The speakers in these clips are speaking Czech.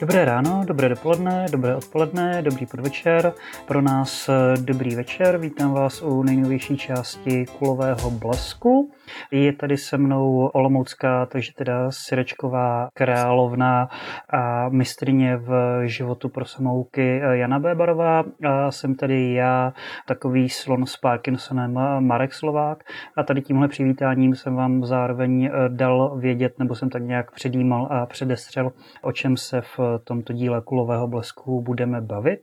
Dobré ráno, dobré dopoledne, dobré odpoledne, dobrý podvečer. Pro nás dobrý večer. Vítám vás u nejnovější části Kulového blesku. Je tady se mnou olomoucká, takže teda Sirečková královna a mistryně v životu pro samouky Jana Bébarová. A jsem tady já, takový slon s Parkinsonem Marek Slovák. A tady tímhle přivítáním jsem vám zároveň dal vědět, nebo jsem tak nějak předjímal a předestřel, o čem se v tomto díle Kulového blesku budeme bavit,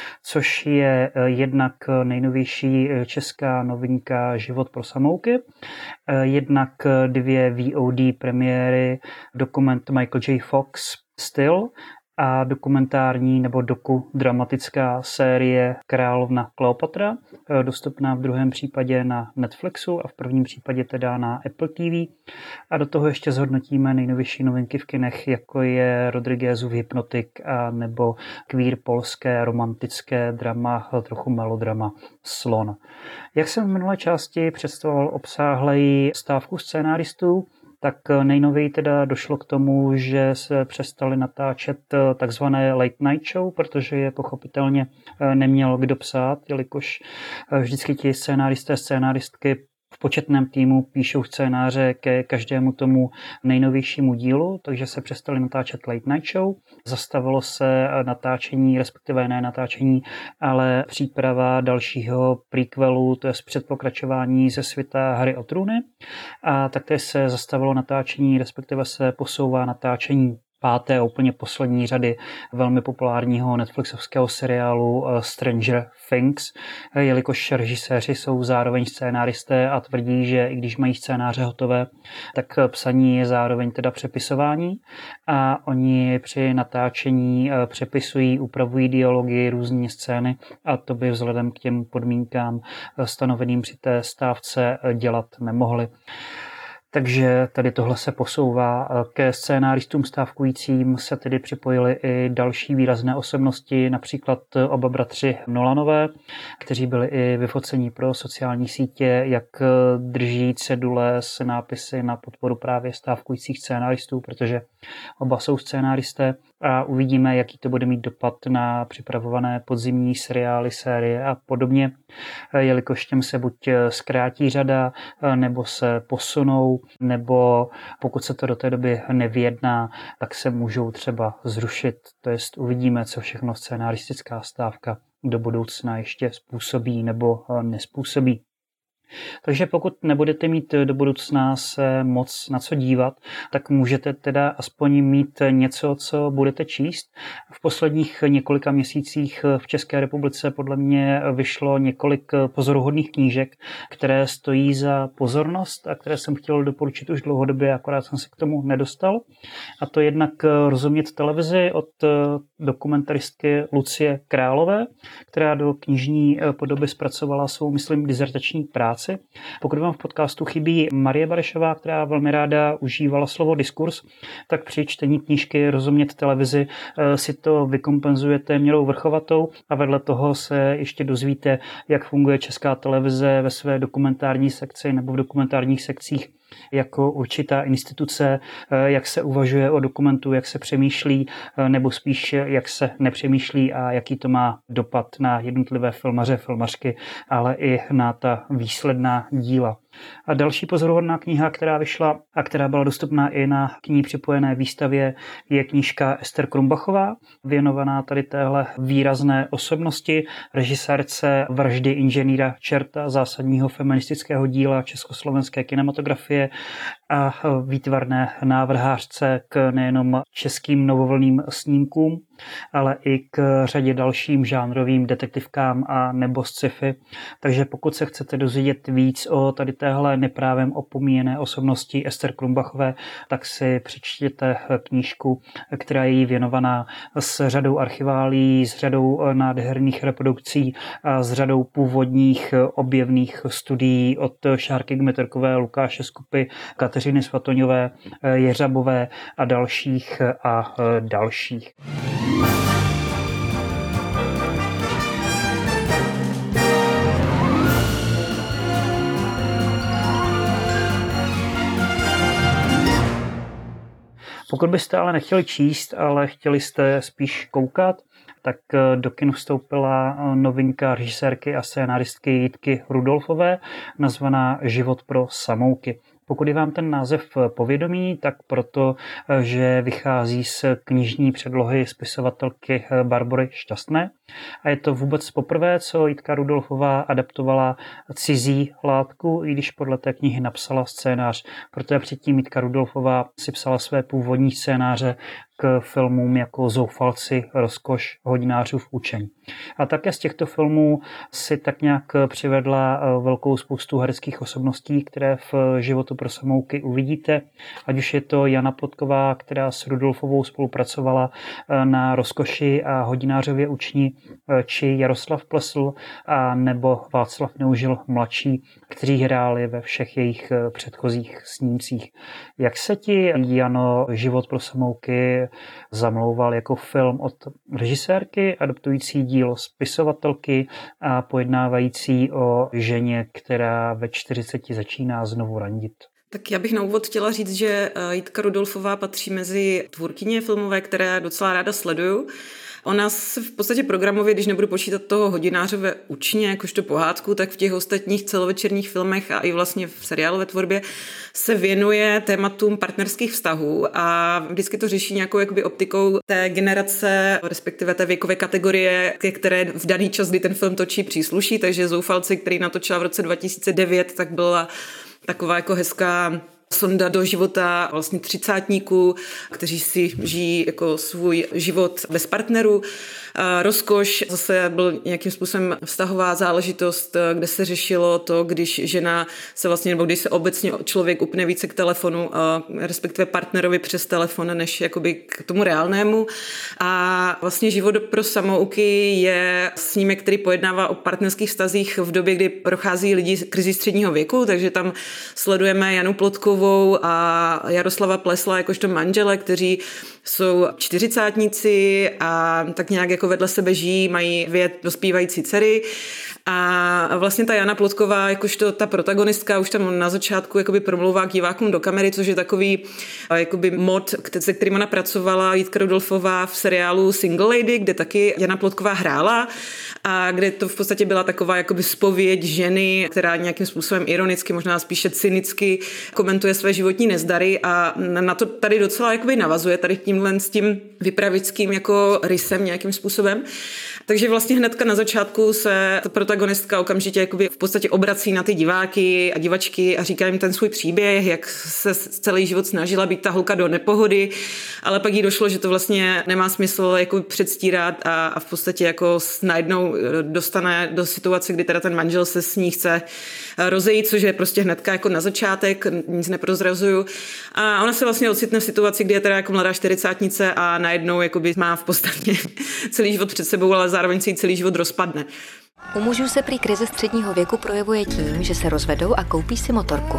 což je jednak nejnovější česká novinka Život pro samouky, jednak 2 VOD premiéry, dokument Michael J. Fox Still a dokumentární nebo dramatická série Královna Kleopatra, dostupná v druhém případě na Netflixu a v prvním případě teda na Apple TV. A do toho ještě zhodnotíme nejnovější novinky v kinech, jako je Rodriguezův Hypnotik a nebo queer polské romantické drama, trochu melodrama Slon. Jak jsem v minulé části představoval obsáhlej stávku scénáristů, tak nejnověji teda došlo k tomu, že se přestali natáčet takzvané late night show, protože je pochopitelně neměl kdo psát, jelikož vždycky ti scénáristky v početném týmu píšou scénáře ke každému tomu nejnovějšímu dílu, takže se přestali natáčet late night show. Zastavilo se natáčení, respektive ne natáčení, ale příprava dalšího prequelu, to je předpokračování ze světa Hry o trůny. A taktéž se zastavilo natáčení, respektive se posouvá natáčení 5. úplně poslední řady velmi populárního netflixovského seriálu Stranger Things, jelikož režiséři jsou zároveň scénáristé a tvrdí, že i když mají scénáře hotové, tak psaní je zároveň teda přepisování a oni při natáčení přepisují, upravují dialogy, různé scény a to by vzhledem k těm podmínkám stanoveným při té stávce dělat nemohli. Takže tady tohle se posouvá. Ke scénáristům stávkujícím se tedy připojili i další výrazné osobnosti, například oba bratři Nolanové, kteří byli i vyfocení pro sociální sítě, jak drží cedule s nápisy na podporu právě stávkujících scénáristů, protože oba jsou scénáristé a uvidíme, jaký to bude mít dopad na připravované podzimní seriály, série a podobně, jelikož těm se buď zkrátí řada, nebo se posunou, nebo pokud se to do té doby nevyjedná, tak se můžou třeba zrušit. To jest uvidíme, co všechno scénaristická stávka do budoucna ještě způsobí nebo nespůsobí. Takže pokud nebudete mít do budoucna se moc na co dívat, tak můžete teda aspoň mít něco, co budete číst. V posledních několika měsících v České republice podle mě vyšlo několik pozoruhodných knížek, které stojí za pozornost a které jsem chtěl doporučit už dlouhodobě, akorát jsem se k tomu nedostal. A to jednak Rozumět televizi od dokumentaristky Lucie Králové, která do knižní podoby zpracovala svou, myslím, dizertační práci. Pokud vám v podcastu chybí Marie Barešová, která velmi ráda užívala slovo diskurs, tak při čtení knížky Rozumět televizi si to vykompenzujete měrou vrchovatou a vedle toho se ještě dozvíte, jak funguje Česká televize ve své dokumentární sekci nebo v dokumentárních sekcích jako určitá instituce, jak se uvažuje o dokumentu, jak se přemýšlí, nebo spíš jak se nepřemýšlí a jaký to má dopad na jednotlivé filmaře, filmařky, ale i na ta výsledná díla. A další pozoruhodná kniha, která vyšla a která byla dostupná i na k ní připojené výstavě, je knížka Ester Krumbachová, věnovaná tady téhle výrazné osobnosti, režisérce Vraždy inženýra Čerta, zásadního feministického díla československé kinematografie a výtvarné návrhářce k nejenom českým novovlnným snímkům, ale i k řadě dalším žánrovým detektivkám a nebo sci-fi. Takže pokud se chcete dozvědět víc o tady téhle neprávem opomíjené osobnosti Ester Krumbachové, tak si přečtěte knížku, která je jí věnovaná, s řadou archiválií, s řadou nádherných reprodukcí a s řadou původních objevných studií od Šárky Gmeterkové, Lukáše Skupy, Kateřiny Svatoňové, Jeřabové a dalších a dalších. Pokud byste ale nechtěli číst, ale chtěli jste spíš koukat, tak do kin vstoupila novinka režisérky a scénáristky Jitky Rudolfové, nazvaná Život pro samouky. Pokud je vám ten název povědomí, tak proto, že vychází z knižní předlohy spisovatelky Barbory Šťastné. A je to vůbec poprvé, co Jitka Rudolfová adaptovala cizí látku, i když podle té knihy napsala scénář, protože předtím Jitka Rudolfová si psala své původní scénáře k filmům jako Zoufalci, Rozkoš, Hodinářův učení. A také z těchto filmů si tak nějak přivedla velkou spoustu hereckých osobností, které v Životu pro samouky uvidíte. Ať už je to Jana Plotková, která s Rudolfovou spolupracovala na Rozkoši a Hodinářově učení, či Jaroslav Plesl a nebo Václav Neužil mladší, kteří hráli ve všech jejich předchozích snímcích. Jak se ti, Jano, Život pro samouky zamlouval jako film od režisérky, adaptující dílo spisovatelky a pojednávající o ženě, která ve 40 začíná znovu randit? Tak já bych na úvod chtěla říct, že Jitka Rudolfová patří mezi tvůrkyně filmové, které docela ráda sleduju. Ona se v podstatě programově, když nebudu počítat toho Hodinářové učně, jakožto pohádku, tak v těch ostatních celovečerních filmech a i vlastně v seriálové tvorbě se věnuje tématům partnerských vztahů a vždycky to řeší nějakou jakoby optikou té generace, respektive té věkové kategorie, ke které v daný čas, kdy ten film točí, přísluší. Takže Zoufalci, který natočila v roce 2009, tak byla taková jako hezká sonda do života vlastně třicátníků, kteří si žijí jako svůj život bez partnerů. Rozkoš zase byl nějakým způsobem vztahová záležitost, kde se řešilo to, když žena se vlastně, nebo když se obecně člověk upne více k telefonu, respektive partnerovi přes telefon, než jakoby k tomu reálnému. A vlastně Život pro samouky je snímek, který pojednává o partnerských vztazích v době, kdy prochází lidi krizi středního věku, takže tam sledujeme Janu Plotkovou a Jaroslava Plesla jakožto manžele, kteří jsou čtyřicátníci a tak nějak jako vedle sebe žijí, mají 2 dospívající dcery. A vlastně ta Jana Plotková, jakožto ta protagonistka, už tam na začátku jakoby promlouvá k divákům do kamery, což je takový jakoby mod, se kterým ona pracovala Jitka Rudolfová v seriálu Single Lady, kde taky Jana Plotková hrála a kde to v podstatě byla taková jakoby zpověď ženy, která nějakým způsobem ironicky, možná spíše cynicky komentuje své životní nezdary a na to tady docela jakoby navazuje, tady tímhle s tím vypravickým jako rysem nějakým způsobem. Takže vlastně hnedka na začátku se ta protagonistka okamžitě jakoby v podstatě obrací na ty diváky a divačky a říká jim ten svůj příběh, jak se celý život snažila být ta holka do nepohody, ale pak jí došlo, že to vlastně nemá smysl jako předstírat a v podstatě jako najednou dostane do situace, kdy teda ten manžel se s ní chce rozejít, což je prostě hnedka jako na začátek, nic neprozrazuju. A ona se vlastně ocitne v situaci, kdy je teda jako mladá čtyřicátnice a najednou jakoby má v podstatě celý život před sebou, ale zároveň se jí celý život rozpadne. U mužů se prý krize středního věku projevuje tím, že se rozvedou a koupí si motorku.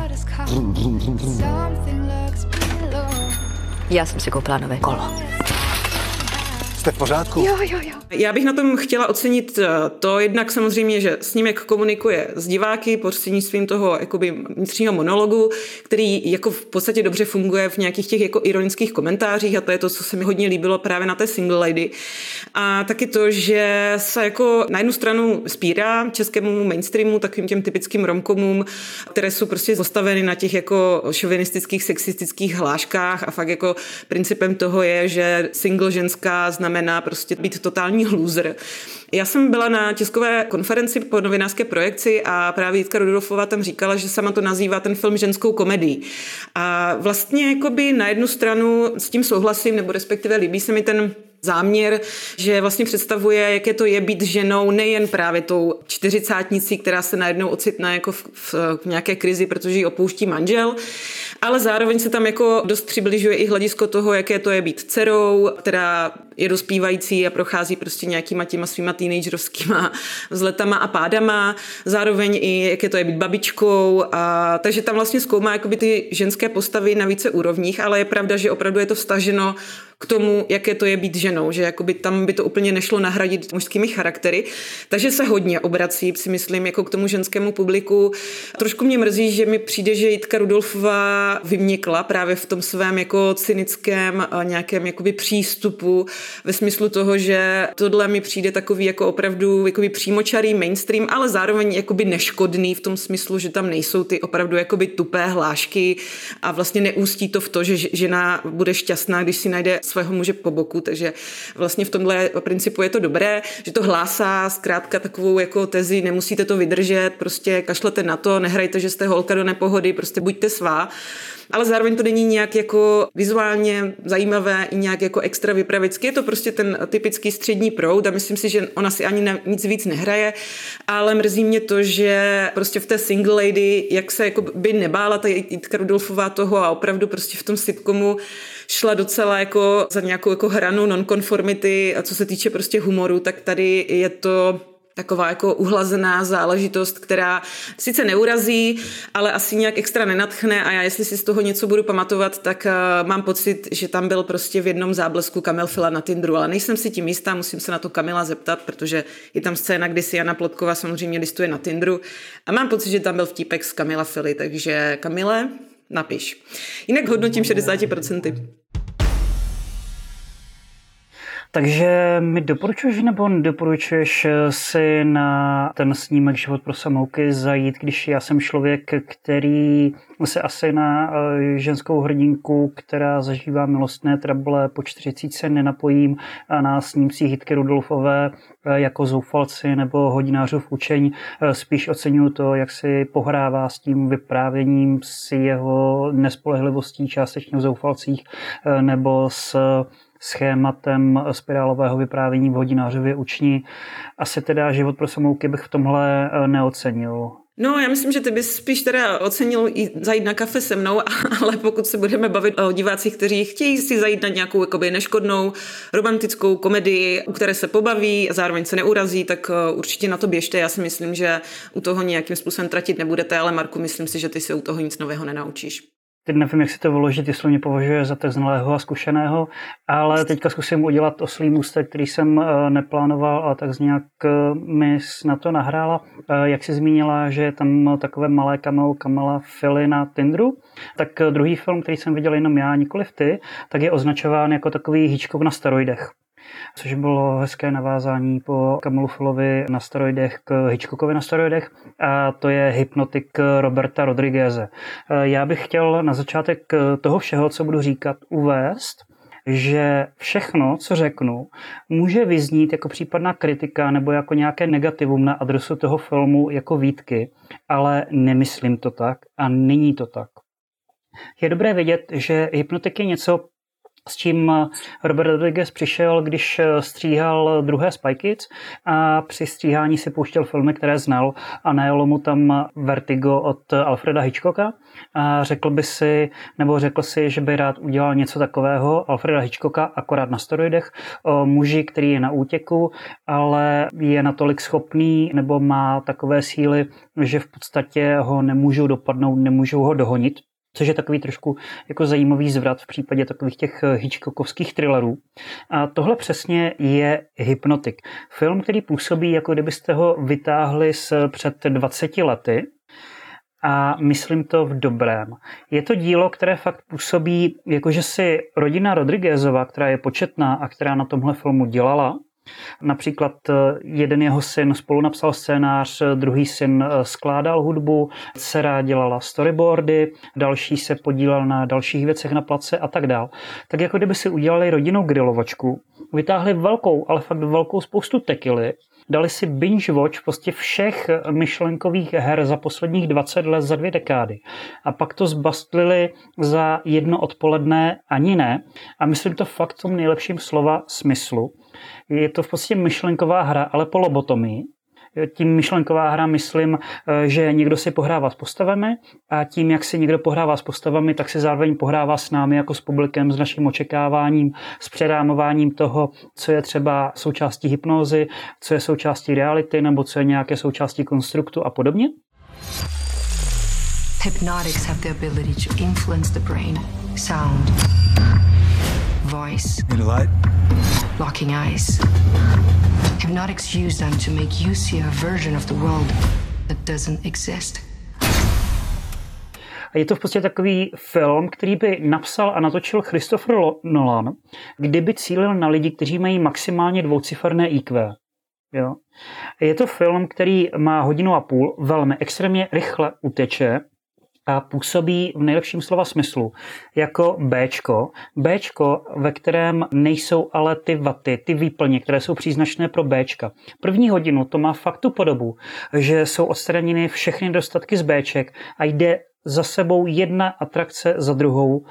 Já jsem si koupila nové kolo. Jste v pořádku? Jo. Já bych na tom chtěla ocenit to, jednak samozřejmě, že snímek komunikuje s diváky prostřednictvím toho jakoby vnitřního monologu, který jako v podstatě dobře funguje v nějakých těch jako ironických komentářích a to je to, co se mi hodně líbilo právě na té Single Lady. A taky to, že se jako na jednu stranu spírá českému mainstreamu, takovým těm typickým romkomům, které jsou prostě zastaveny na těch jako šovinistických, sexistických hláškách a fakt jako principem toho je, že single ženská znamená prostě být totální loser. Já jsem byla na tiskové konferenci po novinářské projekci a právě Jitka Rudolfová tam říkala, že sama to nazývá ten film ženskou komedii. A vlastně jakoby na jednu stranu s tím souhlasím, nebo respektive líbí se mi ten záměr, že vlastně představuje, jaké to je být ženou, nejen právě tou čtyřicátnicí, která se najednou ocitne jako v nějaké krizi, protože ji opouští manžel, ale zároveň se tam jako dost přibližuje i hledisko toho, jaké to je být dcerou, která je dospívající a prochází prostě nějakýma těma svýma teenagerovskýma vzletama a pádama, zároveň i jaké to je být babičkou a takže tam vlastně zkoumá jakoby ty ženské postavy na více úrovních, ale je pravda, že opravdu je to vztaženo k tomu, jaké to je být ženou, že jakoby tam by to úplně nešlo nahradit mužskými charaktery, takže se hodně obrací, si myslím, jako k tomu ženskému publiku. Trošku mě mrzí, že mi přijde, že Jitka Rudolfová vyměkla právě v tom svém jako cynickém nějakém jakoby přístupu ve smyslu toho, že tohle mi přijde takový jako opravdu jakoby přímočarý mainstream, ale zároveň jakoby neškodný v tom smyslu, že tam nejsou ty opravdu jakoby tupé hlášky a vlastně neústí to v to, že žena bude šťastná, když si najde svého muže po boku, takže vlastně v tomhle principu je to dobré, že to hlásá zkrátka takovou jako tezi, nemusíte to vydržet, prostě kašlete na to, nehrajte, že jste holka do nepohody, prostě buďte svá. Ale zároveň to není nějak jako vizuálně zajímavé i nějak jako extra vypravicky. Je to prostě ten typický střední proud a myslím si, že ona si ani na nic víc nehraje, ale mrzí mě to, že prostě v té Single Lady, jak se jako by nebála ta Jitka Rudolfová toho a opravdu prostě v tom sitcomu šla docela jako za nějakou jako hranu nonkonformity a co se týče prostě humoru, tak tady je to taková jako uhlazená záležitost, která sice neurazí, ale asi nějak extra nenadchne a já jestli si z toho něco budu pamatovat, tak mám pocit, že tam byl prostě v jednom záblesku Kamil Fila na Tinderu, ale nejsem si tím jistá, musím se na to Kamila zeptat, protože je tam scéna, kdy si Jana Plotková samozřejmě listuje na Tinderu a mám pocit, že tam byl vtípek z Kamila Fily, takže Kamile, napiš. Jinak hodnotím 60%. Takže mi doporučuješ nebo nedoporučuješ si na ten snímek Život pro samouky zajít, když já jsem člověk, který se asi na ženskou hrdinku, která zažívá milostné trable po 40 nenapojím a na snímcích Jitky Rudolfové jako zoufalci nebo hodinářův učeň spíš oceňuju to, jak si pohrává s tím vyprávěním, s jeho nespolehlivostí částečně v zoufalcích nebo s schématem spirálového vyprávění v hodinářově učni. Asi teda Život pro samouky bych v tomhle neocenil. No, já myslím, že ty bys spíš teda ocenil zajít na kafe se mnou, ale pokud se budeme bavit o divácích, kteří chtějí si zajít na nějakou jakoby neškodnou romantickou komedii, u které se pobaví a zároveň se neurazí, tak určitě na to běžte. Já si myslím, že u toho nějakým způsobem tratit nebudete, ale Marku, myslím si, že ty se u toho nic nového nenaučíš. Teď nevím, jak si to vyložit, jestli mě považuje za tak znalého a zkušeného, ale teďka zkusím udělat oslý můstek, který jsem neplánoval, ale tak nějak mi na to nahrála. Jak jsi zmínila, že je tam takové malé cameo Kamila Fily na Tinderu, tak druhý film, který jsem viděl jenom já, nikoliv ty, tak je označován jako takový Hitchcock na steroidech. Což bylo hezké navázání po Kamilu Filovi na steroidech k Hitchcockovi na steroidech a to je Hypnotik Roberta Rodrigueze. Já bych chtěl na začátek toho všeho, co budu říkat, uvést, že všechno, co řeknu, může vyznít jako případná kritika nebo jako nějaké negativum na adresu toho filmu jako výtky, ale nemyslím to tak a není to tak. Je dobré vědět, že Hypnotik je něco, s čím Robert Rodriguez přišel, když stříhal druhé Spy Kids a při stříhání si pouštěl filmy, které znal a najelo mu tam Vertigo od Alfreda Hitchcocka a řekl si, že by rád udělal něco takového Alfreda Hitchcocka akorát na steroidech o muži, který je na útěku, ale je natolik schopný nebo má takové síly, že v podstatě ho nemůžou dopadnout, nemůžou ho dohonit. Což je takový trošku jako zajímavý zvrat v případě takových těch Hitchcockovských thrillerů. A tohle přesně je Hypnotik. Film, který působí, jako kdybyste ho vytáhli před 20 lety, a myslím to v dobrém. Je to dílo, které fakt působí, jakože si rodina Rodriguezova, která je početná a která na tomhle filmu dělala, například jeden jeho syn spolu napsal scénář, druhý syn skládal hudbu, dcera dělala storyboardy, další se podílel na dalších věcech na place a tak dál. Tak jako kdyby si udělali rodinnou grilovačku, vytáhli velkou, ale fakt velkou spoustu tekily, dali si binge watch prostě všech myšlenkových her za posledních 20 let, za 2 dekády. A pak to zbastlili za jedno odpoledne ani ne. A myslím to fakt v tom nejlepším slova smyslu. Je to v podstatě myšlenková hra, ale po lobotomii. Tím myšlenková hra myslím, že někdo si pohrává s postavami a tím, jak si někdo pohrává s postavami, tak si zároveň pohrává s námi jako s publikem, s naším očekáváním, s předámováním toho, co je třeba součástí hypnózy, co je součástí reality nebo co je nějaké součástí konstruktu a podobně. Hypnotics have the ability to influence the brain, sound, voice, eyes. Need a light? Locking eyes. Hypnotics use them to make you see a version of the world that doesn't exist. Je to v podstatě takový film, který by napsal a natočil Christopher Nolan, kdyby cílil na lidi, kteří mají maximálně dvouciferné IQ. Jo? Je to film, který má 1,5 hodiny, velmi extrémně rychle uteče a působí v nejlepším slova smyslu jako Bčko, ve kterém nejsou ale ty vaty, ty výplně, které jsou příznačné pro Bčka. První hodinu to má fakt tu podobu, že jsou odstraněny všechny nedostatky z Bček a jde za sebou jedna atrakce za druhou.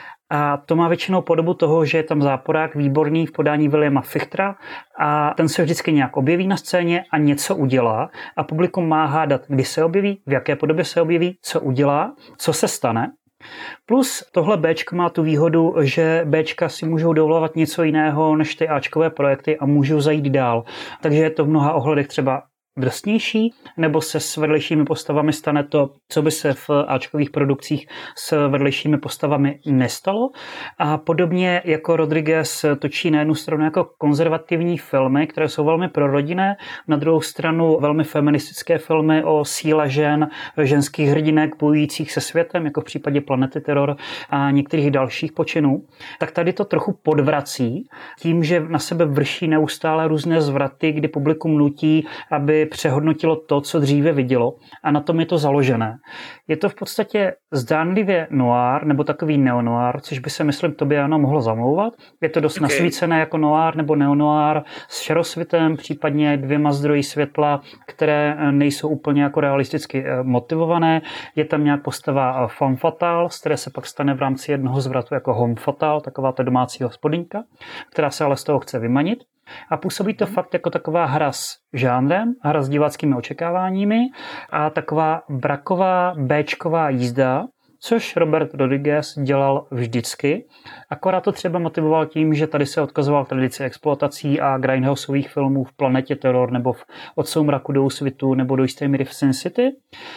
A to má většinou podobu toho, že je tam záporák výborný v podání Williama Fichtera a ten se vždycky nějak objeví na scéně a něco udělá a publikum má hádat, kdy se objeví, v jaké podobě se objeví, co udělá, co se stane. Plus tohle Bčko má tu výhodu, že Bčka si můžou dovolovat něco jiného než ty Ačkové projekty a můžou zajít dál. Takže je to v mnoha ohledech třeba drsnější, nebo se s vedlejšími postavami stane to, co by se v áčkových produkcích s vedlejšími postavami nestalo. A podobně jako Rodriguez točí na jednu stranu jako konzervativní filmy, které jsou velmi prorodinné, na druhou stranu velmi feministické filmy o síle žen, ženských hrdinek bojujících se světem, jako v případě Planety Terror a některých dalších počinů, tak tady to trochu podvrací tím, že na sebe vrší neustále různé zvraty, kdy publikum nutí, aby přehodnotilo to, co dříve vidělo a na tom je to založené. Je to v podstatě zdánlivě noir nebo takový neonoir, což by se, myslím, tobě ano mohlo zamlouvat. Je to dost nasvícené jako noir nebo neonoir s šerosvitem, případně 2 zdroji světla, které nejsou úplně jako realisticky motivované. Je tam nějak postava femme fatale, z které se pak stane v rámci jednoho zvratu jako homme fatale, taková ta domácí hospodyňka, která se ale z toho chce vymanit. A působí to fakt jako taková hra s žánrem, hra s diváckými očekáváními a taková braková béčková jízda, což Robert Rodriguez dělal vždycky. Akorát to třeba motivoval tím, že tady se odkazoval tradici exploatací a Grindhouseových filmů v Planetě Terror nebo v Od soumraku do úsvitu nebo do jisté míry v Sin City.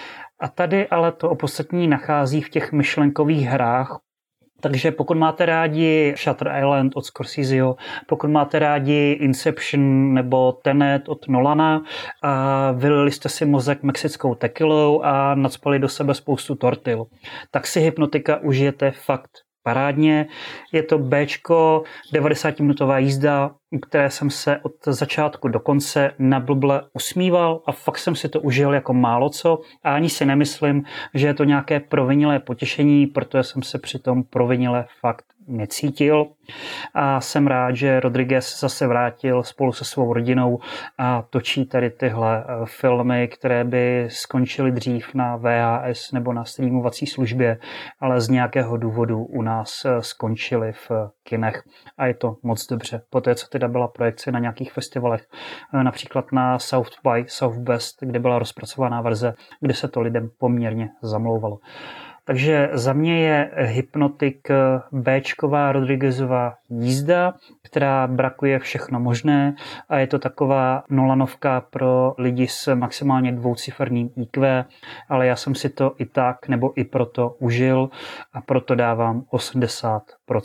A tady ale to opodstatnění nachází v těch myšlenkových hrách. Takže pokud máte rádi Shutter Island od Scorseseho, pokud máte rádi Inception nebo Tenet od Nolana a vylili jste si mozek mexickou tekilou a nacpali do sebe spoustu tortil, tak si Hypnotika užijete fakt parádně. Je to Bčko, 90-minutová jízda, u které jsem se od začátku do konce nablble usmíval a fakt jsem si to užil jako málo co a ani si nemyslím, že je to nějaké provinilé potěšení, protože jsem se při tom provinile fakt necítil a jsem rád, že Rodriguez zase vrátil spolu se svou rodinou a točí tady tyhle filmy, které by skončily dřív na VHS nebo na streamovací službě, ale z nějakého důvodu u nás skončily v kinech a je to moc dobře. Poté, co teda byla projekce na nějakých festivalech, například na South by Southwest, kde byla rozpracovaná verze, kde se to lidem poměrně zamlouvalo. Takže za mě je Hypnotik Bčková Rodriguezová jízda, která brakuje všechno možné a je to taková Nolanovka pro lidi s maximálně dvouciferným IQ, ale já jsem si to i tak nebo i proto užil a proto dávám 80%.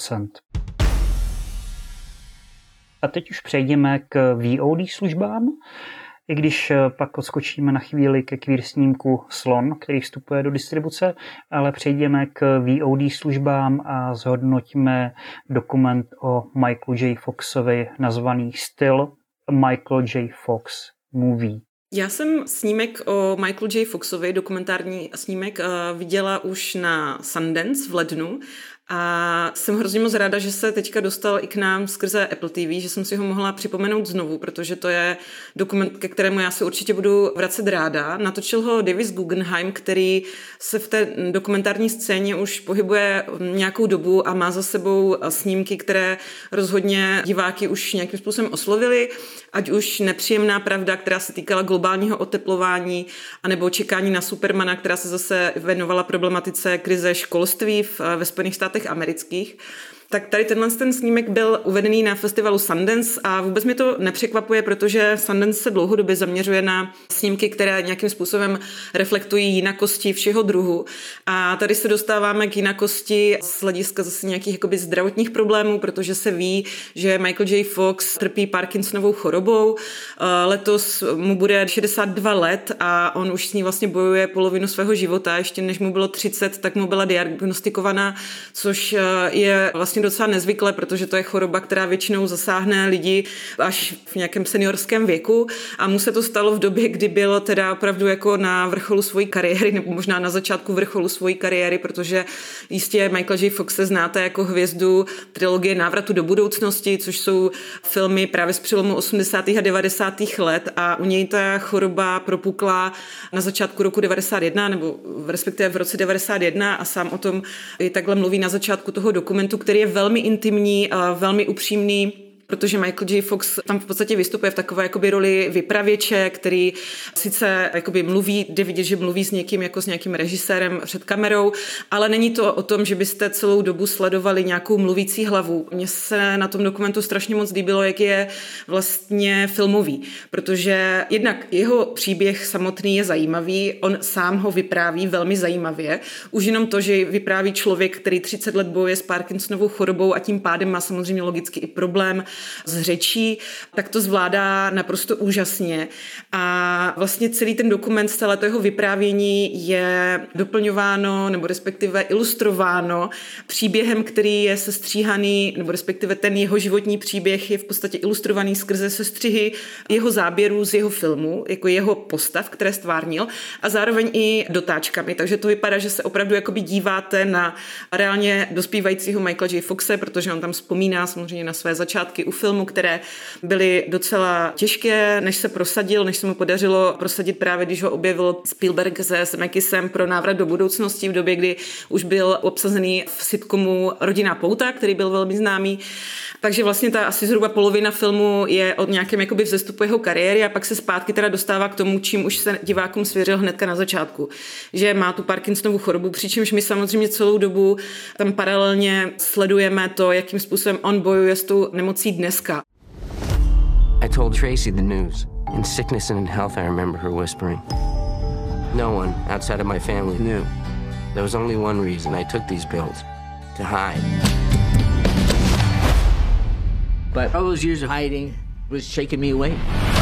A teď už přejdeme k VOD službám, i když pak odskočíme na chvíli ke queer snímku Slon, který vstupuje do distribuce, ale přejdeme k VOD službám a zhodnotíme dokument o Michaelu J. Foxovi nazvaný Still Michael J. Fox Movie. Já jsem snímek o Michaelu J. Foxovi, dokumentární snímek, viděla už na Sundance v lednu a jsem hrozně moc ráda, že se teďka dostal i k nám skrze Apple TV, že jsem si ho mohla připomenout znovu, protože to je dokument, ke kterému já se určitě budu vracet ráda. Natočil ho Davis Guggenheim, který se v té dokumentární scéně už pohybuje nějakou dobu a má za sebou snímky, které rozhodně diváky už nějakým způsobem oslovily, ať už Nepříjemná pravda, která se týkala globálního oteplování, anebo Čekání na Supermana, která se zase věnovala problematice krize školství ve Spojených státech amerických. Tak tady ten snímek byl uvedený na festivalu Sundance a vůbec mi to nepřekvapuje, protože Sundance se dlouhodobě zaměřuje na snímky, které nějakým způsobem reflektují jinakosti všeho druhu. A tady se dostáváme k jinakosti z hlediska zase nějakých jakoby zdravotních problémů, protože se ví, že Michael J. Fox trpí Parkinsonovou chorobou. Letos mu bude 62 let a on už s ní vlastně bojuje polovinu svého života. Ještě než mu bylo 30, tak mu byla diagnostikovaná, což je vlastně docela nezvyklé, protože to je choroba, která většinou zasáhne lidi až v nějakém seniorském věku a mu se to stalo v době, kdy byl teda opravdu jako na vrcholu svojí kariéry, nebo možná na začátku vrcholu svojí kariéry, protože jistě Michael J. Foxe znáte jako hvězdu trilogie Návratu do budoucnosti, což jsou filmy právě z přelomu 80. a 90. let a u něj ta choroba propukla na začátku roku 91, nebo respektive v roce 91 a sám o tom i takhle mluví na začátku toho dokumentu, který je velmi intimní a velmi upřímný, protože Michael J. Fox tam v podstatě vystupuje v takové jakoby roli vypravěče, který sice jakoby mluví, jde vidět, že mluví s někým jako s nějakým režisérem před kamerou, ale není to o tom, že byste celou dobu sledovali nějakou mluvící hlavu. Mně se na tom dokumentu strašně moc líbilo, jak je vlastně filmový, protože jednak jeho příběh samotný je zajímavý, on sám ho vypráví velmi zajímavě. Už jenom to, že vypráví člověk, který 30 let bojuje s Parkinsonovou chorobou a tím pádem má samozřejmě logicky i problém s řečí, tak to zvládá naprosto úžasně. A vlastně celý ten dokument, celé to jeho vyprávění je doplňováno nebo respektive ilustrováno příběhem, který je sestříhaný, nebo respektive ten jeho životní příběh je v podstatě ilustrovaný skrze sestřihy jeho záběrů z jeho filmu, jako jeho postav, které stvárnil a zároveň i dotáčkami. Takže to vypadá, že se opravdu jakoby díváte na reálně dospívajícího Michaela J. Foxe, protože on tam vzpomíná samozřejmě na své začátky u filmu, které byly docela těžké, než se prosadil, než se mu podařilo prosadit právě, když ho objevil Spielberg se Zemeckisem pro Návrat do budoucnosti v době, kdy už byl obsazený v sitcomu Rodinná pouta, který byl velmi známý. Takže vlastně ta asi zhruba polovina filmu je od nějakém jakoby vzestupu jeho kariéry a pak se zpátky teda dostává k tomu, čím už se divákům svěřil hnedka na začátku, že má tu Parkinsonovu chorobu, přičemž my samozřejmě celou dobu tam paralelně sledujeme to, jakým způsobem on bojuje s tou nemocí dneska. I told Tracy the news. In sickness and in health, I remember her whispering. No one outside of my family knew. There was only one reason I took these pills. To hide. But all those years of hiding was shaking me away.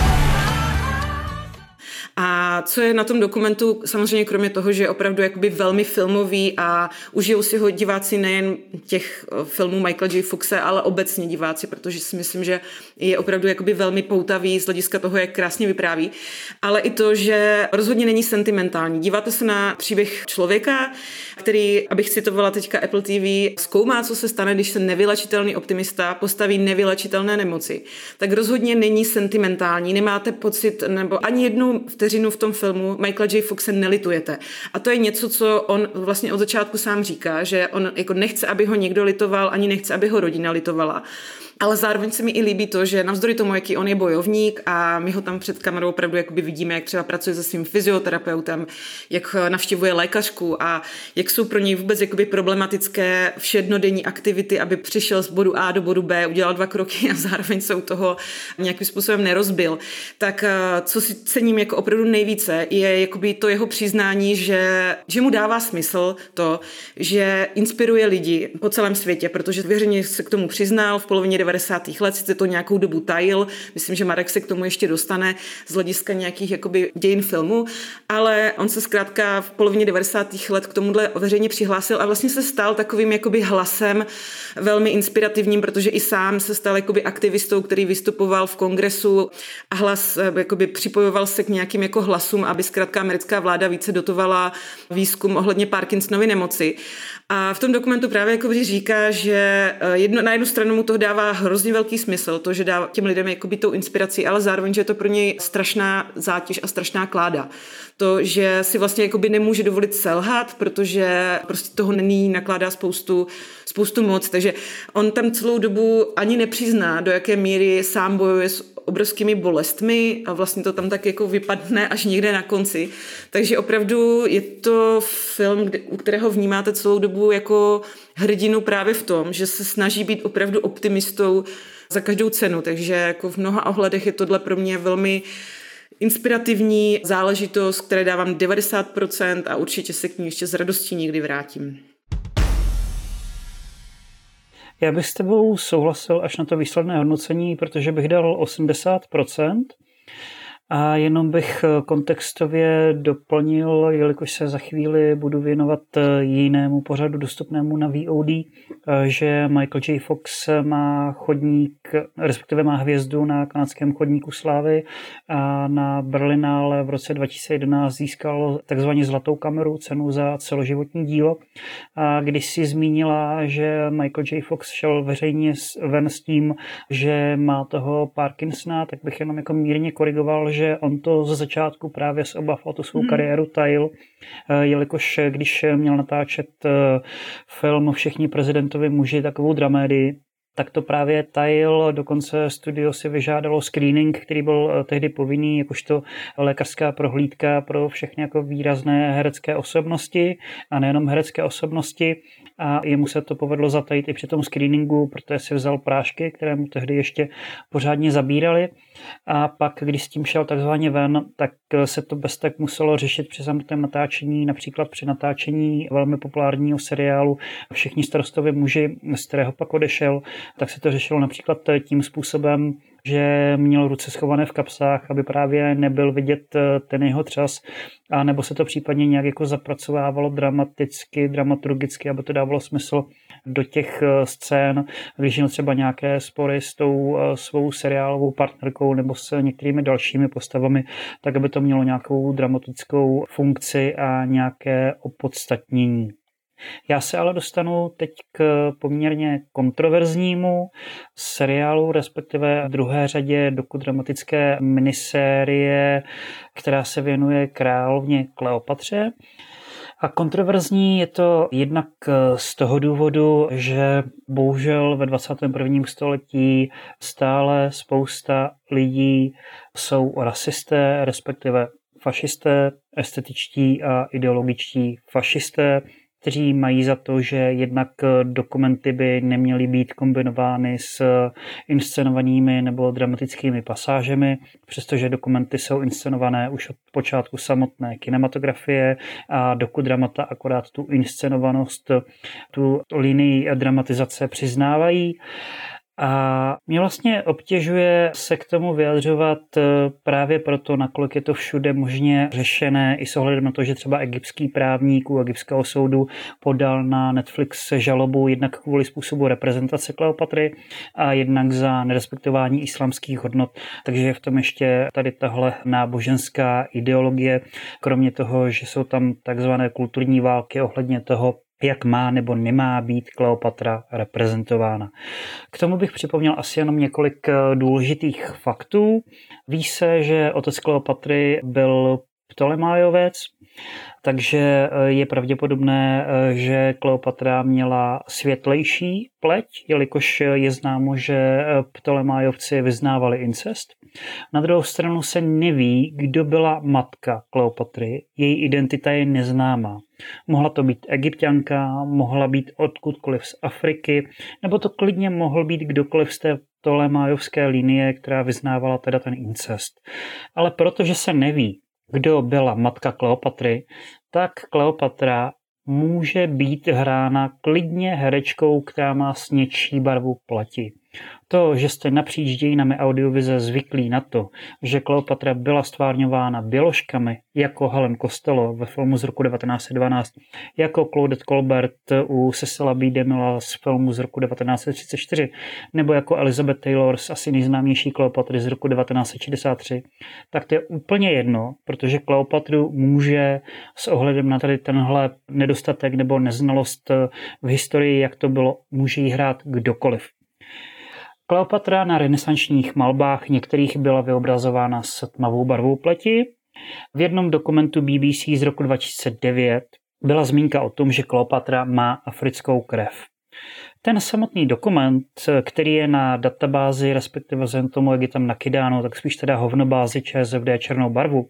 A co je na tom dokumentu, samozřejmě kromě toho, že je opravdu jakoby velmi filmový a užijou si ho diváci nejen těch filmů Michaela J. Foxe, ale obecně diváci, protože si myslím, že je opravdu jakoby velmi poutavý z hlediska toho, jak krásně vypráví, ale i to, že rozhodně není sentimentální. Díváte se na příběh člověka, který, abych citovala teďka Apple TV, zkoumá, co se stane, když se nevylečitelný optimista postaví nevylečitelné nemoci. Tak rozhodně není sentimentální, nemáte pocit, nebo ani jednu vteřinu v tom filmu Michaela J. Foxe nelitujete. A to je něco, co on vlastně od začátku sám říká, že on jako nechce, aby ho někdo litoval, ani nechce, aby ho rodina litovala. Ale zároveň se mi i líbí to, že navzdory tomu, jaký on je bojovník a my ho tam před kamerou opravdu jakoby vidíme, jak třeba pracuje se svým fyzioterapeutem, jak navštěvuje lékařku a jak jsou pro něj vůbec jakoby problematické všednodenní aktivity, aby přišel z bodu A do bodu B, udělal 2 kroky a zároveň se u toho nějakým způsobem nerozbil. Tak co si cením jako opravdu nejvíce, je jakoby to jeho přiznání, že mu dává smysl to, že inspiruje lidi po celém světě, protože veřejně se k tomu přiznal v polovině 90. let, sice to nějakou dobu tajil, myslím, že Marek se k tomu ještě dostane z hlediska nějakých jakoby dějin filmu, ale on se zkrátka v polovině 90. let k tomuhle veřejně přihlásil a vlastně se stal takovým jakoby hlasem velmi inspirativním, protože i sám se stal jakoby aktivistou, který vystupoval v kongresu a hlas jakoby připojoval se k nějakým jako hlasům, aby zkrátka americká vláda více dotovala výzkum ohledně Parkinsonovy nemoci. A v tom dokumentu právě jakoby říká, že na jednu stranu mu toho dává hrozně velký smysl, to, že dá těm lidem jakoby tou inspiraci, ale zároveň, že je to pro něj strašná zátěž a strašná kláda. To, že si vlastně jakoby nemůže dovolit selhat, protože prostě toho není, nakládá spoustu moc, takže on tam celou dobu ani nepřizná, do jaké míry sám bojuje s obrovskými bolestmi a vlastně to tam tak jako vypadne až někde na konci. Takže opravdu je to film, u kterého vnímáte celou dobu jako hrdinu právě v tom, že se snaží být opravdu optimistou za každou cenu. Takže jako v mnoha ohledech je tohle pro mě velmi inspirativní záležitost, které dávám 90% a určitě se k ní ještě s radostí někdy vrátím. Já bych s tebou souhlasil až na to výsledné hodnocení, protože bych dal 80%. A jenom bych kontextově doplnil, jelikož se za chvíli budu věnovat jinému pořadu dostupnému na VOD, že Michael J. Fox má chodník, respektive má hvězdu na kanadském chodníku slávy a na Berlinále v roce 2011 získal takzvaně zlatou kameru, cenu za celoživotní dílo. A když si zmínila, že Michael J. Fox šel veřejně ven s tím, že má toho Parkinsona, tak bych jenom jako mírně korigoval, že on to ze začátku právě z obav o tu svou kariéru tajil, jelikož když měl natáčet film Všichni prezidentovi muži, takovou dramédii, tak to právě tajil, dokonce studio si vyžádalo screening, který byl tehdy povinný, jakožto lékařská prohlídka pro všechny jako výrazné herecké osobnosti a nejenom herecké osobnosti a jemu se to povedlo zatajit i při tom screeningu, protože si vzal prášky, které mu tehdy ještě pořádně zabíraly a pak, když s tím šel takzvaně ven, tak se to bez tak muselo řešit při samotném natáčení, například při natáčení velmi populárního seriálu Všichni starostovi muži, z kterého pak odešel, tak se to řešilo například tím způsobem, že měl ruce schované v kapsách, aby právě nebyl vidět ten jeho třas, a nebo se to případně nějak jako zapracovávalo dramaticky, dramaturgicky, aby to dávalo smysl do těch scén, když měl třeba nějaké spory s tou svou seriálovou partnerkou nebo s některými dalšími postavami, tak aby to mělo nějakou dramatickou funkci a nějaké opodstatnění. Já se ale dostanu teď k poměrně kontroverznímu seriálu, respektive v druhé řadě dokudramatické minisérie, která se věnuje královně Kleopatře. A kontroverzní je to jednak z toho důvodu, že bohužel ve 21. století stále spousta lidí jsou rasisté, respektive fašisté, estetičtí a ideologičtí fašisté, kteří mají za to, že jednak dokumenty by neměly být kombinovány s inscenovanými nebo dramatickými pasážemi, přestože dokumenty jsou inscenované už od počátku samotné kinematografie a dokudramata akorát tu inscenovanost, tu linii dramatizace přiznávají. A mě vlastně obtěžuje se k tomu vyjadřovat právě proto, nakolik je to všude možně řešené, i s ohledem na to, že třeba egyptský právník u egyptského soudu podal na Netflix žalobu jednak kvůli způsobu reprezentace Kleopatry a jednak za nerespektování islámských hodnot. Takže je v tom ještě tady tahle náboženská ideologie, kromě toho, že jsou tam takzvané kulturní války ohledně toho, jak má nebo nemá být Kleopatra reprezentována. K tomu bych připomněl asi jenom několik důležitých faktů. Ví se, že otec Kleopatry byl Ptolemaiovec, takže je pravděpodobné, že Kleopatra měla světlejší pleť, jelikož je známo, že Ptolemaiovci vyznávali incest. Na druhou stranu se neví, kdo byla matka Kleopatry, její identita je neznámá. Mohla to být Egypťanka, mohla být odkudkoliv z Afriky, nebo to klidně mohl být kdokoliv z té Ptolemaiovské linie, která vyznávala teda ten incest. Ale protože se neví, kdo byla matka Kleopatry, tak Kleopatra může být hrána klidně herečkou, která má snědší barvu pleti. To, že jste napříč dějinami audiovize zvyklí na to, že Kleopatra byla stvárňována běložkami jako Helen Costello ve filmu z roku 1912, jako Claudette Colbert u Cecila B. DeMille z filmu z roku 1934, nebo jako Elizabeth Taylor z asi nejznámější Kleopatry z roku 1963, tak to je úplně jedno, protože Kleopatru může s ohledem na tady tenhle nedostatek nebo neznalost v historii, jak to bylo, může jí hrát kdokoliv. Kleopatra na renesančních malbách některých byla vyobrazována s tmavou barvou pleti. V jednom dokumentu BBC z roku 2009 byla zmínka o tom, že Kleopatra má africkou krev. Ten samotný dokument, který je na databázi, respektive vzhledem tomu, jak je tam nakydáno, tak spíš teda hovnobázi ČSFD černou barvu,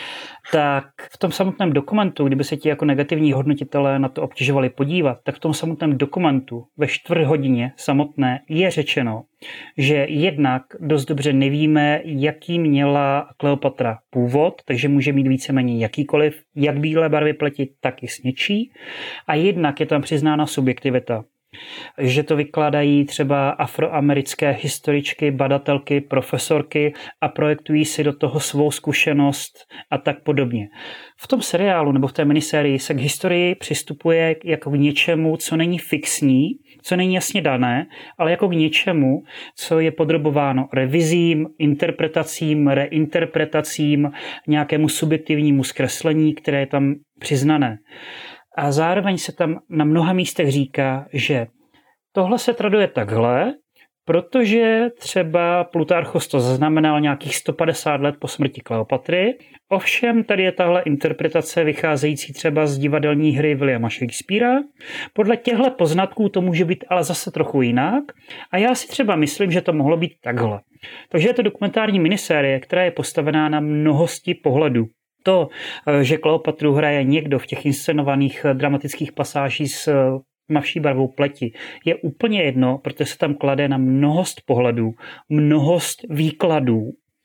tak v tom samotném dokumentu, kdyby se ti jako negativní hodnotitelé na to obtěžovali podívat, tak v tom samotném dokumentu ve 4 hodině samotné je řečeno, že jednak dost dobře nevíme, jaký měla Kleopatra původ, takže může mít víceméně jakýkoliv, jak bílé barvy pleti, tak i sněčí. A jednak je tam přiznána subjektivita, že to vykládají třeba afroamerické historičky, badatelky, profesorky a projektují si do toho svou zkušenost a tak podobně. V tom seriálu nebo v té minisérii se k historii přistupuje jako k něčemu, co není fixní, co není jasně dané, ale jako k něčemu, co je podrobováno revizím, interpretacím, reinterpretacím, nějakému subjektivnímu zkreslení, které je tam přiznané. A zároveň se tam na mnoha místech říká, že tohle se traduje takhle, protože třeba Plutarchos to zaznamenal nějakých 150 let po smrti Kleopatry. Ovšem tady je tahle interpretace vycházející třeba z divadelní hry Williama Shakespearea. Podle těchto poznatků to může být ale zase trochu jinak a já si třeba myslím, že to mohlo být takhle. Takže je to dokumentární minisérie, která je postavená na mnohosti pohledů. To, že Kleopatru hraje někdo v těch inscenovaných dramatických pasážích s tmavší barvou pleti, je úplně jedno, protože se tam klade na mnohost pohledů, mnohost výkladů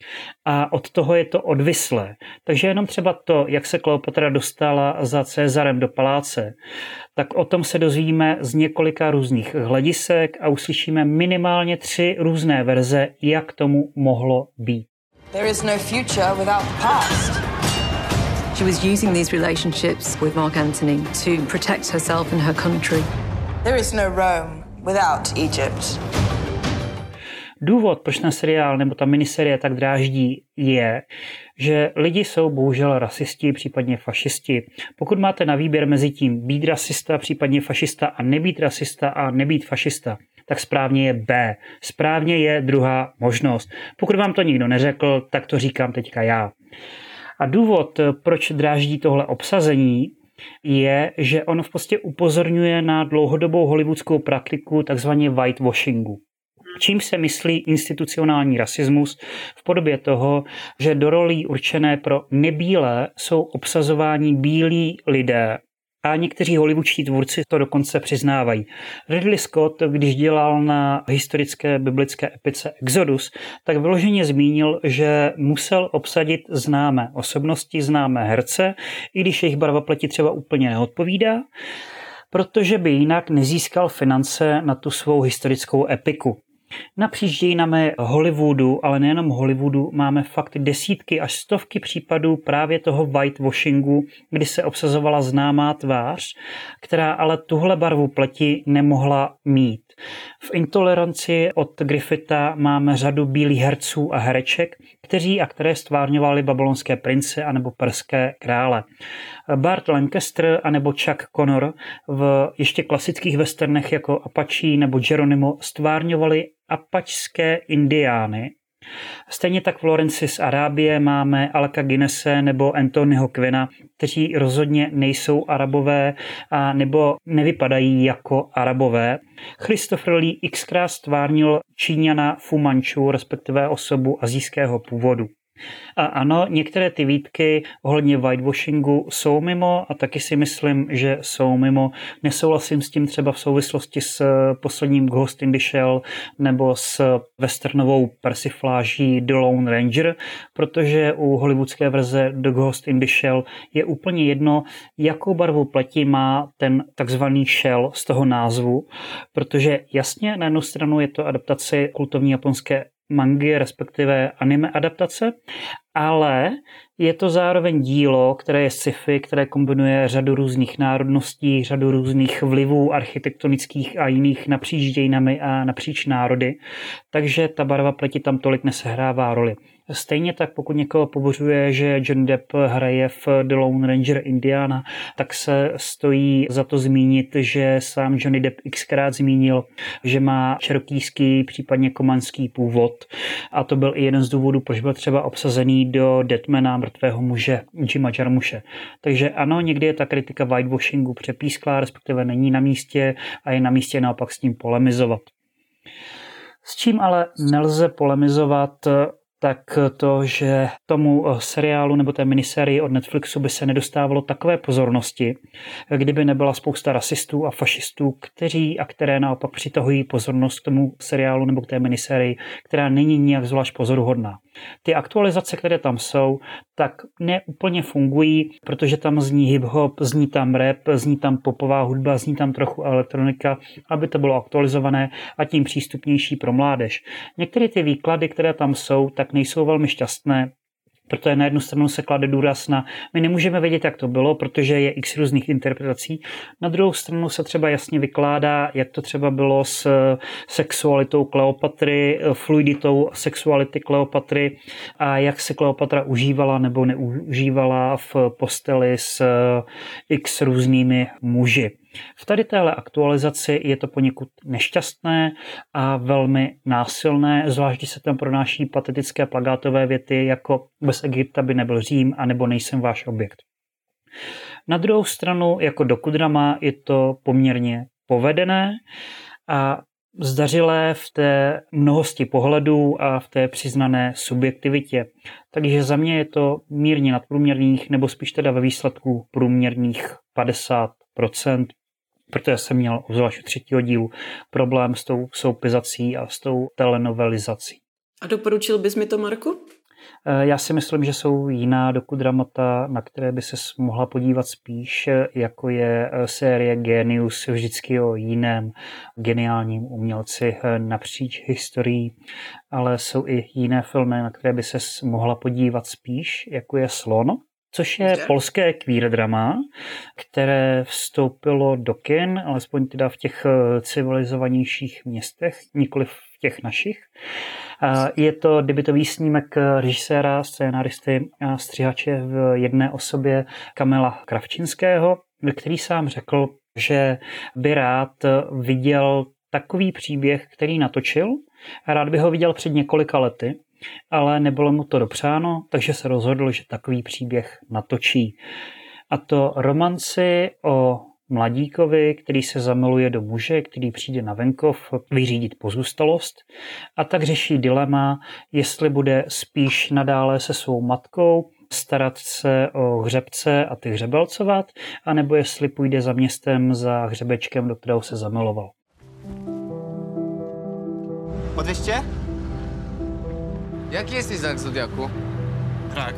a od toho je to odvislé. Takže jenom třeba to, jak se Kleopatra dostala za Cezarem do paláce, tak o tom se dozvíme z několika různých hledisek a uslyšíme minimálně 3 různé verze, jak tomu mohlo být. There is no future without the past. She was using these relationships with Mark Antony to protect herself and her country. There is no Rome without Egypt. Důvod, proč ten seriál nebo ta miniserie tak dráždí, je, že lidi jsou bohužel rasisti, případně fašisti. Pokud máte na výběr mezi tím být rasista, případně fašista a nebýt fašista, tak správně je B. Správně je druhá možnost. Pokud vám to nikdo neřekl, tak to říkám teďka já. A důvod, proč dráždí tohle obsazení, je, že ono v podstatě upozorňuje na dlouhodobou hollywoodskou praktiku takzvaně whitewashingu. Čím se myslí institucionální rasismus v podobě toho, že do rolí určené pro nebílé jsou obsazováni bílí lidé. A někteří hollywoodští tvůrci to dokonce přiznávají. Ridley Scott, když dělal na historické biblické epice Exodus, tak vyloženě zmínil, že musel obsadit známé osobnosti, známé herce, i když jejich barva pleti třeba úplně neodpovídá, protože by jinak nezískal finance na tu svou historickou epiku. Napříč dějinami Hollywoodu, ale nejenom Hollywoodu, máme fakt desítky až stovky případů právě toho whitewashingu, kdy se obsazovala známá tvář, která ale tuhle barvu pleti nemohla mít. V Intoleranci od Griffitha máme řadu bílých herců a hereček, kteří a které stvárňovali babylonské prince anebo perské krále. Burt Lancaster anebo Chuck Connor v ještě klasických westernech jako Apache nebo Geronimo stvárňovali apačské indiány. Stejně tak v Lorenci z Arábie máme Alka Guinnesse nebo Anthonyho Quinna, kteří rozhodně nejsou Arabové a nebo nevypadají jako Arabové. Christopher Lee xkrát stvárnil Číňana Fu Manchu, respektive osobu asijského původu. A ano, některé ty výtky ohledně whitewashingu jsou mimo a taky si myslím, že jsou mimo. Nesouhlasím s tím třeba v souvislosti s posledním Ghost in the Shell nebo s westernovou persifláží The Lone Ranger, protože u hollywoodské verze The Ghost in the Shell je úplně jedno, jakou barvu pleti má ten takzvaný shell z toho názvu, protože jasně na jednu stranu je to adaptace kultovní japonské mangy, respektive anime adaptace, ale je to zároveň dílo, které je sci-fi, které kombinuje řadu různých národností, řadu různých vlivů architektonických a jiných napříč dějinami a napříč národy, takže ta barva pleti tam tolik nesehrává roli. Stejně tak, pokud někoho pobořuje, že Johnny Depp hraje v The Lone Ranger Indiana, tak se stojí za to zmínit, že sám Johnny Depp xkrát zmínil, že má čerokýský, případně komanský původ. A to byl i jeden z důvodů, proč byl třeba obsazený do Deadmana, mrtvého muže, Jima Jarmusche. Takže ano, někdy je ta kritika whitewashingu přepísklá, respektive není na místě a je na místě naopak s tím polemizovat. S čím ale nelze polemizovat, tak to, že tomu seriálu nebo té minisérii od Netflixu by se nedostávalo takové pozornosti, kdyby nebyla spousta rasistů a fašistů, kteří a které naopak přitahují pozornost k tomu seriálu nebo k té minisérii, která není nijak zvlášť pozoruhodná. Ty aktualizace, které tam jsou, tak neúplně fungují, protože tam zní hip-hop, zní tam rap, zní tam popová hudba, zní tam trochu elektronika, aby to bylo aktualizované a tím přístupnější pro mládež. Některé ty výklady, které tam jsou, tak nejsou velmi šťastné, protože na jednu stranu se klade důraz na, my nemůžeme vědět, jak to bylo, protože je x různých interpretací. Na druhou stranu se třeba jasně vykládá, jak to třeba bylo s sexualitou Kleopatry, fluiditou sexuality Kleopatry a jak se Kleopatra užívala nebo neužívala v posteli s x různými muži. V tady téhle aktualizaci je to poněkud nešťastné a velmi násilné, zvlášť když se tam pronáší patetické plakátové věty jako bez Egypta by nebyl Řím anebo nejsem váš objekt. Na druhou stranu jako dokudrama je to poměrně povedené a zdařilé v té mnohosti pohledů a v té přiznané subjektivitě. Takže za mě je to mírně nadprůměrných nebo spíš teda ve výsledku průměrných 50%. Protože jsem měl obzvlášť u 3. dílu problém s tou soupizací a s tou telenovelizací. A doporučil bys mi to, Marku? Já si myslím, že jsou jiná dokudramata, na které by se mohla podívat spíš, jako je série Genius, vždycky o jiném geniálním umělci napříč historií, ale jsou i jiné filmy, na které by se mohla podívat spíš, jako je Slon, což je polské queer drama, které vstoupilo do kin, alespoň teda v těch civilizovanějších městech, nikoliv v těch našich. Je to debutový snímek režiséra, scénaristy a střihače v jedné osobě Kamila Kravčinského, který sám řekl, že by rád viděl takový příběh, který natočil a rád by ho viděl před několika lety, ale nebylo mu to dopřáno, takže se rozhodl, že takový příběh natočí. A to romanci o mladíkovi, který se zamiluje do muže, který přijde na venkov vyřídit pozůstalost a tak řeší dilema, jestli bude spíš nadále se svou matkou starat se o hřebce a ty hřebelcovat, anebo jestli půjde za městem za hřebečkem, do kterého se zamiloval. Podvěště? Jaký jsi znak zodiaku? Rak.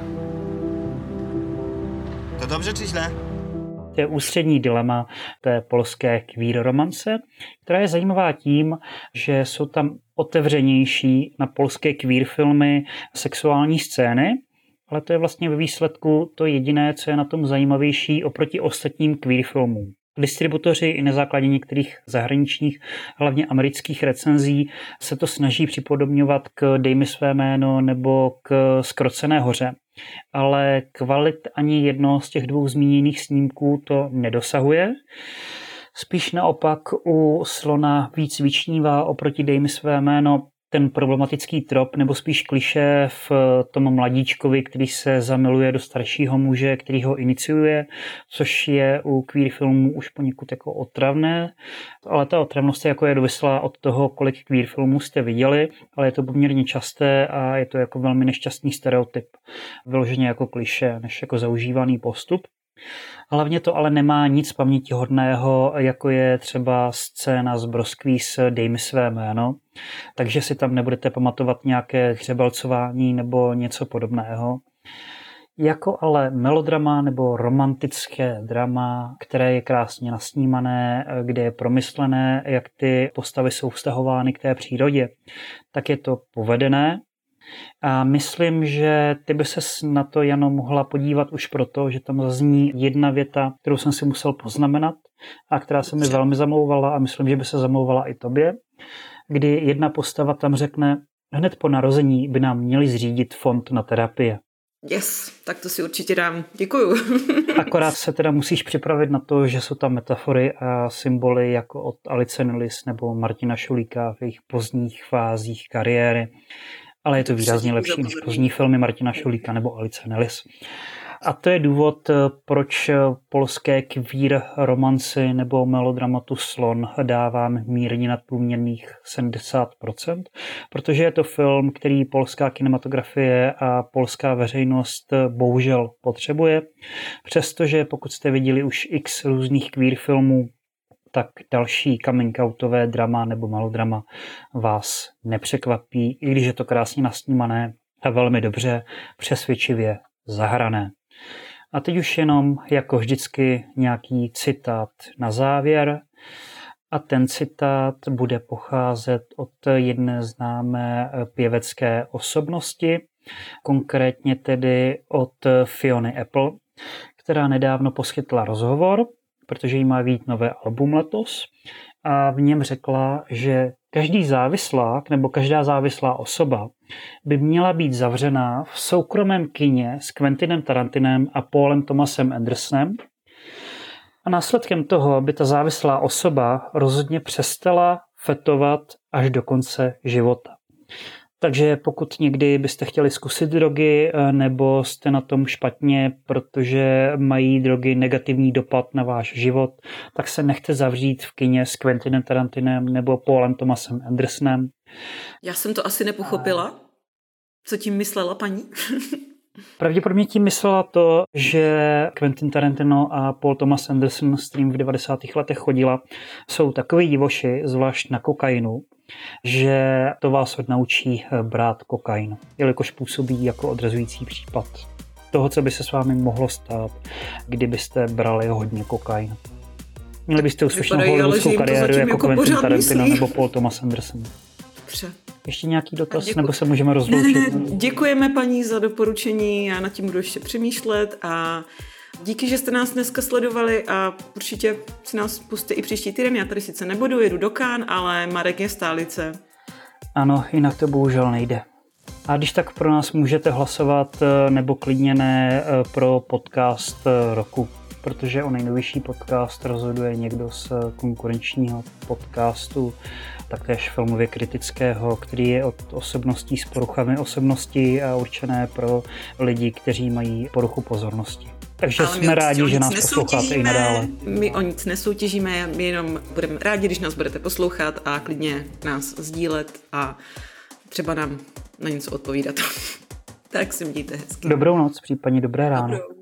To dobře či zle? To je ústřední dilema té polské queer romance, která je zajímavá tím, že jsou tam otevřenější na polské queer filmy sexuální scény, ale to je vlastně ve výsledku to jediné, co je na tom zajímavější oproti ostatním queer filmům. Distributoři i na základě některých zahraničních, hlavně amerických recenzí se to snaží připodobňovat k Dej mi své jméno nebo k Zkrocené hoře. Ale kvalit ani jednoho z těch dvou zmíněných snímků to nedosahuje. Spíš naopak u Slona víc vyčnívá oproti Dej mi své jméno ten problematický trop, nebo spíš klišé v tom mladíčkovi, který se zamiluje do staršího muže, který ho iniciuje, což je u queer filmů už poněkud jako otravné, ale ta otravnost je jako je dovislá od toho, kolik queer filmů jste viděli, ale je to poměrně časté a je to jako velmi nešťastný stereotyp, vyloženě jako klišé, než jako zaužívaný postup. Hlavně to ale nemá nic pamětihodného, jako je třeba scéna z Broskvíz Dej mi své jméno, takže si tam nebudete pamatovat nějaké hřebelcování nebo něco podobného. Jako ale melodrama nebo romantické drama, které je krásně nasnímané, kde je promyslené, jak ty postavy jsou vztahovány k té přírodě, tak je to povedené. A myslím, že ty by ses na to, Jano, mohla podívat už proto, že tam zazní jedna věta, kterou jsem si musel poznamenat a která se mi velmi zamlouvala a myslím, že by se zamlouvala i tobě, kdy jedna postava tam řekne, hned po narození by nám měli zřídit fond na terapie. Yes, tak to si určitě dám. Děkuju. Akorát se teda musíš připravit na to, že jsou tam metafory a symboly jako od Alice Nellis nebo Martina Šulíka v jejich pozdních fázích kariéry. ale je to výrazně lepší než pozdní filmy Martina Šulíka nebo Alice Nellis. A to je důvod, proč polské queer romanci nebo melodramatu Slon dávám mírně nadprůměrných 70%, protože je to film, který polská kinematografie a polská veřejnost bohužel potřebuje. Přestože pokud jste viděli už x různých queer filmů, tak další coming-outové drama nebo melodrama vás nepřekvapí, i když je to krásně nasnímané a velmi dobře, přesvědčivě zahrané. A teď už jenom jako vždycky nějaký citát na závěr. A ten citát bude pocházet od jedné známé pěvecké osobnosti, konkrétně tedy od Fiony Apple, která nedávno poskytla rozhovor, protože jí má vyjít nové album letos, a v něm řekla, že každý závislák nebo každá závislá osoba by měla být zavřená v soukromém kině s Quentinem Tarantinem a Paulem Thomasem Andersonem a následkem toho by ta závislá osoba rozhodně přestala fetovat až do konce života. Takže pokud někdy byste chtěli zkusit drogy nebo jste na tom špatně, protože mají drogy negativní dopad na váš život, tak se nechte zavřít v kině s Quentinem Tarantinem nebo Paulem Thomasem Andersonem. Já jsem to asi nepochopila. Co tím myslela paní? Pravděpodobně tím myslela to, že Quentin Tarantino a Paul Thomas Anderson, s kterým v 90. letech chodila, jsou takový divoši, zvlášť na kokainu, že to vás odnaučí brát kokain, jelikož působí jako odrazující případ toho, co by se s vámi mohlo stát, kdybyste brali hodně kokain. Měli byste úspěšnou hollywoodskou kariéru jako Quentin Tarantino nebo Paul Thomas Anderson. Dobře. Ještě nějaký dotaz, nebo se můžeme rozloučit? Ne, děkujeme paní za doporučení, já nad tím budu ještě přemýšlet a díky, že jste nás dneska sledovali a určitě si nás pustíte i příští týden. Já tady sice nebudu, jedu do Cannes, ale Marek je stálice. Ano, jinak to bohužel nejde. A když tak pro nás můžete hlasovat, nebo klidně ne, pro podcast roku, protože o nejnovější podcast rozhoduje někdo z konkurenčního podcastu, taktéž filmově kritického, který je od osobností s poruchami osobnosti a určené pro lidi, kteří mají poruchu pozornosti. Takže ale jsme rádi, že nás posloucháte i nadále. My o nic nesoutěžíme, my jenom budeme rádi, když nás budete poslouchat a klidně nás sdílet a třeba nám na něco odpovídat. Tak se mějte hezky. Dobrou noc, případně dobré ráno. Dobrou.